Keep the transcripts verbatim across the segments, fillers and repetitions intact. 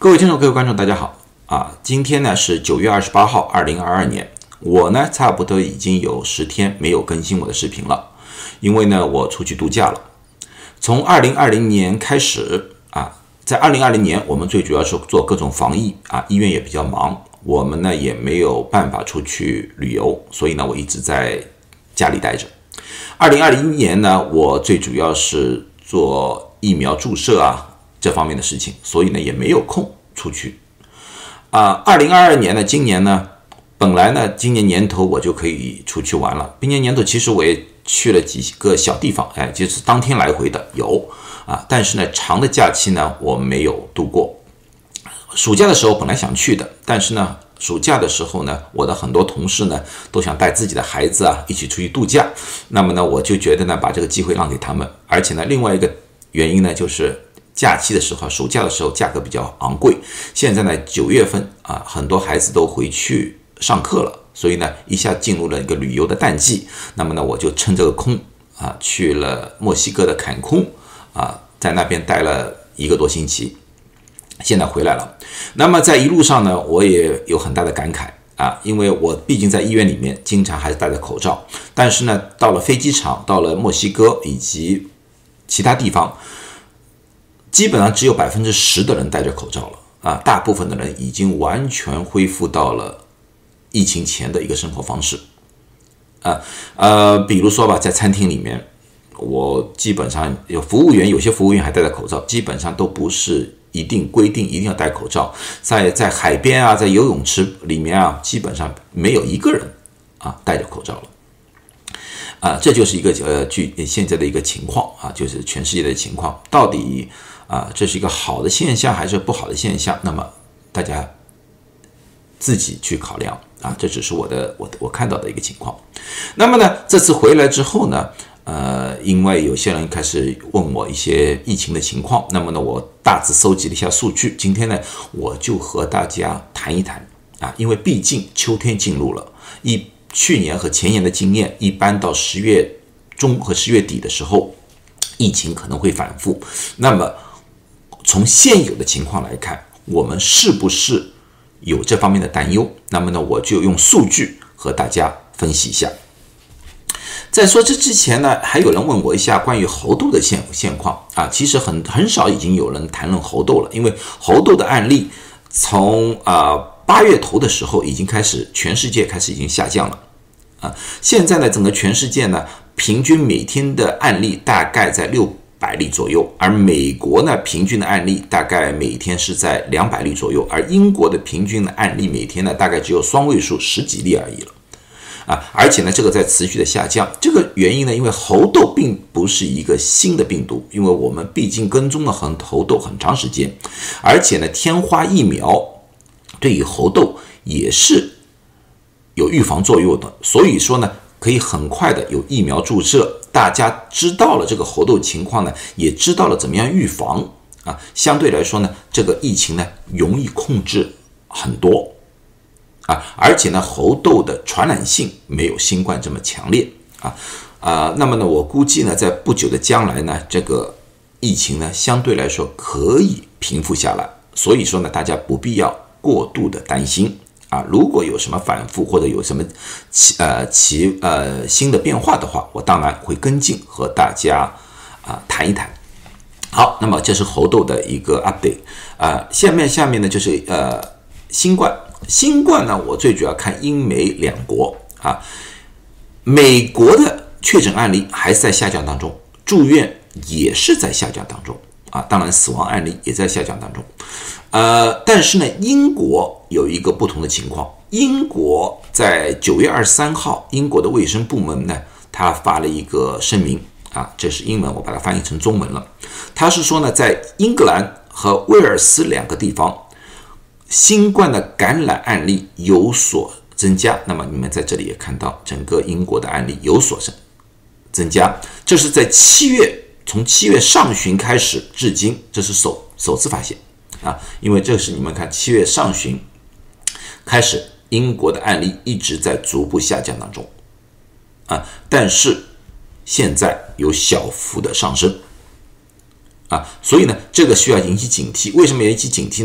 各位听众、各位观众，大家好啊！今天呢是九月二十八号，二零二二年。我呢差不多已经有十天没有更新我的视频了，因为呢我出去度假了。从二零二零年开始啊，在二零二零年我们最主要是做各种防疫啊，医院也比较忙，我们呢也没有办法出去旅游，所以呢我一直在家里待着。二零二零年呢，我最主要是做疫苗注射啊这方面的事情，所以呢也没有空出去啊。二零二二年呢，今年呢，本来呢今年年头我就可以出去玩了。今年年头其实我也去了几个小地方，哎，就是当天来回的有啊，但是呢长的假期呢我没有度过。暑假的时候本来想去的，但是呢暑假的时候呢，我的很多同事呢都想带自己的孩子啊一起出去度假，那么呢我就觉得呢把这个机会让给他们，而且呢另外一个原因呢就是假期的时候，暑假的时候价格比较昂贵。现在呢九月份啊，很多孩子都回去上课了，所以呢一下进入了一个旅游的淡季。那么呢我就趁这个空啊去了墨西哥的坎昆啊，在那边待了一个多星期。现在回来了，那么在一路上呢，我也有很大的感慨啊，因为我毕竟在医院里面经常还是戴着口罩，但是呢，到了飞机场，到了墨西哥以及其他地方，基本上只有百分之十的人戴着口罩了啊，大部分的人已经完全恢复到了疫情前的一个生活方式啊，呃，比如说吧，在餐厅里面，我基本上有服务员，有些服务员还戴着口罩，基本上都不是一定规定一定要戴口罩。在在海边啊，在游泳池里面啊，基本上没有一个人啊戴着口罩了。啊，这就是一个呃，据现在的一个情况啊，就是全世界的情况，到底啊这是一个好的现象还是不好的现象？那么大家自己去考量啊，这只是我的我我看到的一个情况。那么呢，这次回来之后呢，呃，因为有些人开始问我一些疫情的情况，那么呢，我大致收集了一下数据，今天呢，我就和大家谈一谈啊，因为毕竟秋天进入了，一去年和前年的经验，一般到十月中和十月底的时候，疫情可能会反复。那么从现有的情况来看，我们是不是有这方面的担忧？那么呢，我就用数据和大家分析一下。在说这之前呢，还有人问我一下关于猴痘的现现况啊，其实很很少已经有人谈论猴痘了，因为猴痘的案例从啊八月头的时候已经开始，全世界开始已经下降了啊。现在呢，整个全世界呢，平均每天的案例大概在六百例左右，而美国呢，平均的案例大概每天是在两百例左右，而英国的平均的案例每天呢，大概只有双位数十几例而已了。啊，而且呢，这个在持续的下降。这个原因呢，因为猴痘并不是一个新的病毒，因为我们毕竟跟踪了很猴痘很长时间，而且呢，天花疫苗对于猴痘也是有预防作用的，所以说呢，可以很快的有疫苗注射，大家知道了这个猴痘情况呢，也知道了怎么样预防啊，相对来说呢，这个疫情呢容易控制很多。啊，而且呢，猴痘的传染性没有新冠这么强烈啊啊，那么呢，我估计呢，在不久的将来呢，这个疫情呢，相对来说可以平复下来，所以说呢，大家不必要过度的担心啊。如果有什么反复或者有什么其呃其呃新的变化的话，我当然会跟进和大家啊谈一谈。好，那么这是猴痘的一个 update 啊，下面下面呢就是呃新冠。新冠呢，我最主要看英美两国啊，美国的确诊案例还是在下降当中，住院也是在下降当中啊，当然死亡案例也在下降当中，呃，但是呢，英国有一个不同的情况，英国在九月二十三号，英国的卫生部门呢，他发了一个声明啊，这是英文，我把它翻译成中文了，他是说呢，在英格兰和威尔斯两个地方，新冠的感染案例有所增加，那么你们在这里也看到，整个英国的案例有所增加，这是在七月，从七月上旬开始至今，这是首首次发现啊，因为这是你们看七月上旬开始，英国的案例一直在逐步下降当中啊，但是现在有小幅的上升啊，所以呢，这个需要引起警惕。为什么要引起警惕呢？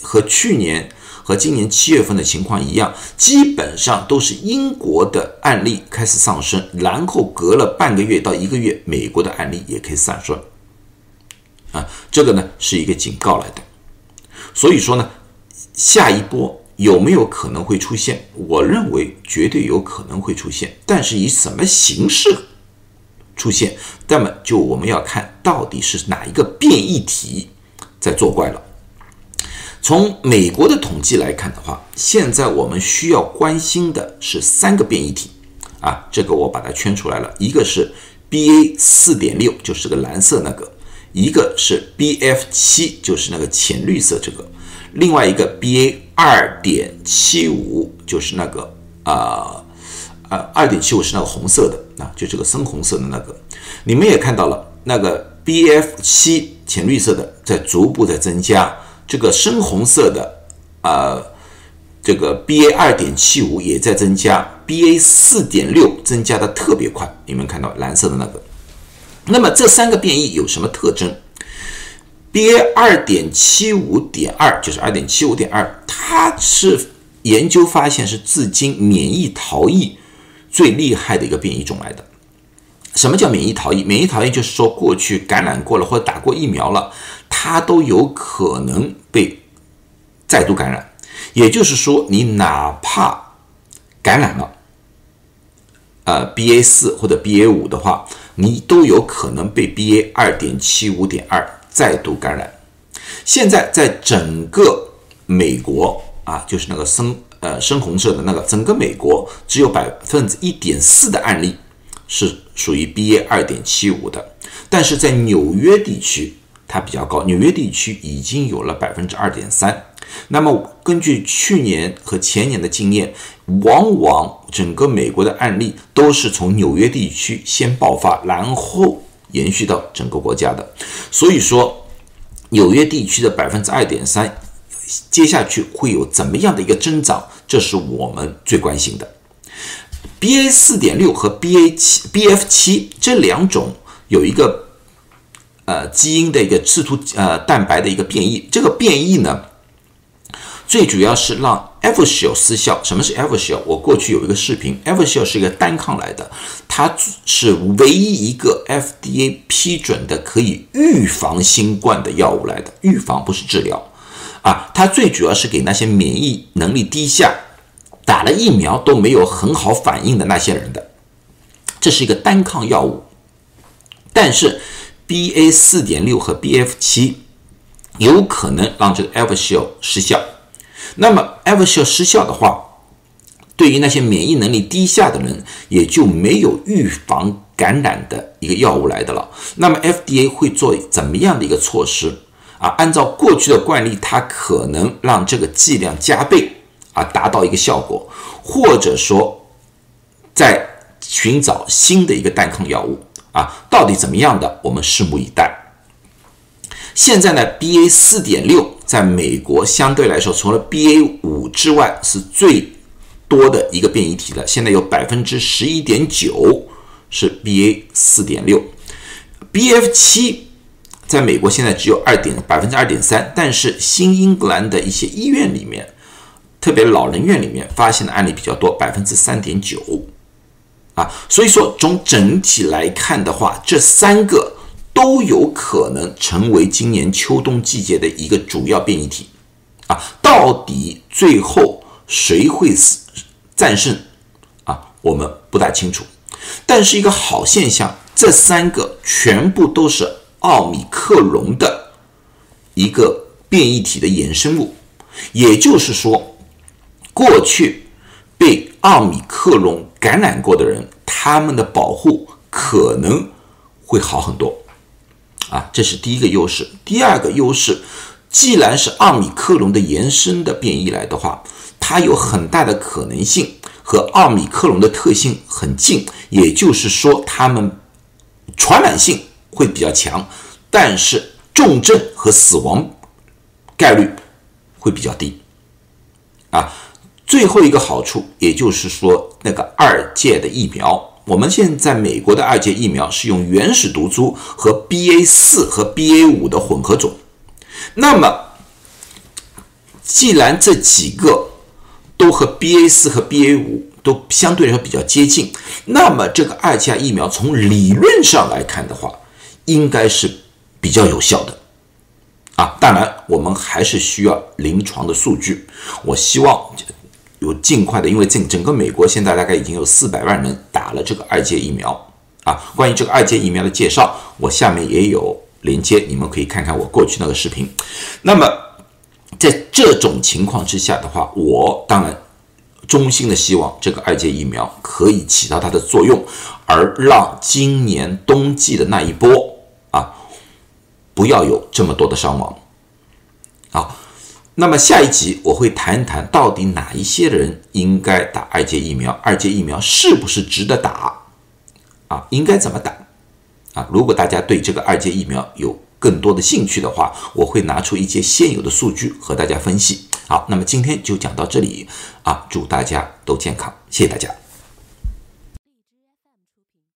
和去年和今年七月份的情况一样，基本上都是英国的案例开始上升，然后隔了半个月到一个月，美国的案例也开始上升。啊，这个呢是一个警告来的。所以说呢，下一波有没有可能会出现？我认为绝对有可能会出现，但是以什么形式出现，那么就我们要看到底是哪一个变异体在作怪了。从美国的统计来看的话，现在我们需要关心的是三个变异体啊，这个我把它圈出来了，一个是 B A 四点六， 就是这个蓝色那个，一个是 B F 七， 就是那个浅绿色这个，另外一个 B A 二点七五， 就是那个啊呃 二点七五 是那个红色的啊，就这个深红色的那个。你们也看到了，那个 B F 七 浅绿色的在逐步在增加，这个深红色的呃这个 B A 二点七五 也在增加， B A 四点六 增加的特别快，你们看到蓝色的那个。那么这三个变异有什么特征？ B A 二点七五点二 就是 二点七五点二， 它是研究发现是至今免疫逃逸最厉害的一个变异种来的。什么叫免疫逃逸？免疫逃逸就是说过去感染过了或者打过疫苗了，它都有可能被再度感染。也就是说，你哪怕感染了呃 B A 四 或者 B A 五 的话，你都有可能被 B A 二点七五点二 再度感染。现在在整个美国啊，就是那个深呃深红色的那个，整个美国只有 百分之一点四 的案例是属于 B A 二点七五 的，但是在纽约地区它比较高，纽约地区已经有了 百分之二点三。那么根据去年和前年的经验，往往整个美国的案例都是从纽约地区先爆发，然后延续到整个国家的。所以说纽约地区的 百分之二点三 接下去会有怎么样的一个增长，这是我们最关心的。 B A 四点六 和 B A 七 B F 七 这两种有一个呃基因的一个刺突呃蛋白的一个变异，这个变异呢最主要是让 Evusheld 失效。什么是 Evusheld？ 我过去有一个视频， Evusheld 是一个单抗来的，它是唯一一个 F D A 批准的可以预防新冠的药物来的，预防不是治疗啊。它最主要是给那些免疫能力低下，打了疫苗都没有很好反应的那些人的，这是一个单抗药物。但是 B A 四点六 和 B F 七 有可能让这个 Evusheld 失效。那么 Evusheld 失效的话，对于那些免疫能力低下的人，也就没有预防感染的一个药物来的了。那么 F D A 会做怎么样的一个措施啊？按照过去的惯例，它可能让这个剂量加倍啊，达到一个效果，或者说在寻找新的一个单抗药物啊，到底怎么样的，我们拭目以待。现在呢 B A 四点六 在美国相对来说除了 B A 五 之外是最多的一个变异体了，现在有 百分之十一点九 是 B A 四点六。 B F 七 在美国现在只有 百分之二点三， 但是新英格兰的一些医院里面，特别老人院里面发现的案例比较多， 百分之三点九 啊。所以说从整体来看的话，这三个都有可能成为今年秋冬季节的一个主要变异体啊。到底最后谁会战胜啊？我们不大清楚。但是一个好现象，这三个全部都是奥密克戎的一个变异体的衍生物，也就是说，过去被奥密克戎感染过的人，他们的保护可能会好很多。啊，这是第一个优势。第二个优势，既然是奥密克戎的延伸的变异来的话，它有很大的可能性和奥密克戎的特性很近，也就是说它们传染性会比较强，但是重症和死亡概率会比较低啊。最后一个好处，也就是说那个二价的疫苗，我们现在美国的二价疫苗是用原始毒株和 B A 四 和 B A 五 的混合种。那么既然这几个都和 B A 四 和 B A 五 都相对来说比较接近，那么这个二价疫苗从理论上来看的话，应该是比较有效的啊。当然，我们还是需要临床的数据。我希望有尽快的，因为整整个美国现在大概已经有四百万人打了这个二价疫苗啊。关于这个二价疫苗的介绍，我下面也有连接，你们可以看看我过去那个视频。那么在这种情况之下的话，我当然衷心的希望这个二价疫苗可以起到它的作用，而让今年冬季的那一波啊，不要有这么多的伤亡。好，那么下一集我会谈一谈到底哪一些人应该打二价疫苗，二价疫苗是不是值得打啊？应该怎么打啊？如果大家对这个二价疫苗有更多的兴趣的话，我会拿出一些现有的数据和大家分析。好，那么今天就讲到这里啊，祝大家都健康，谢谢大家。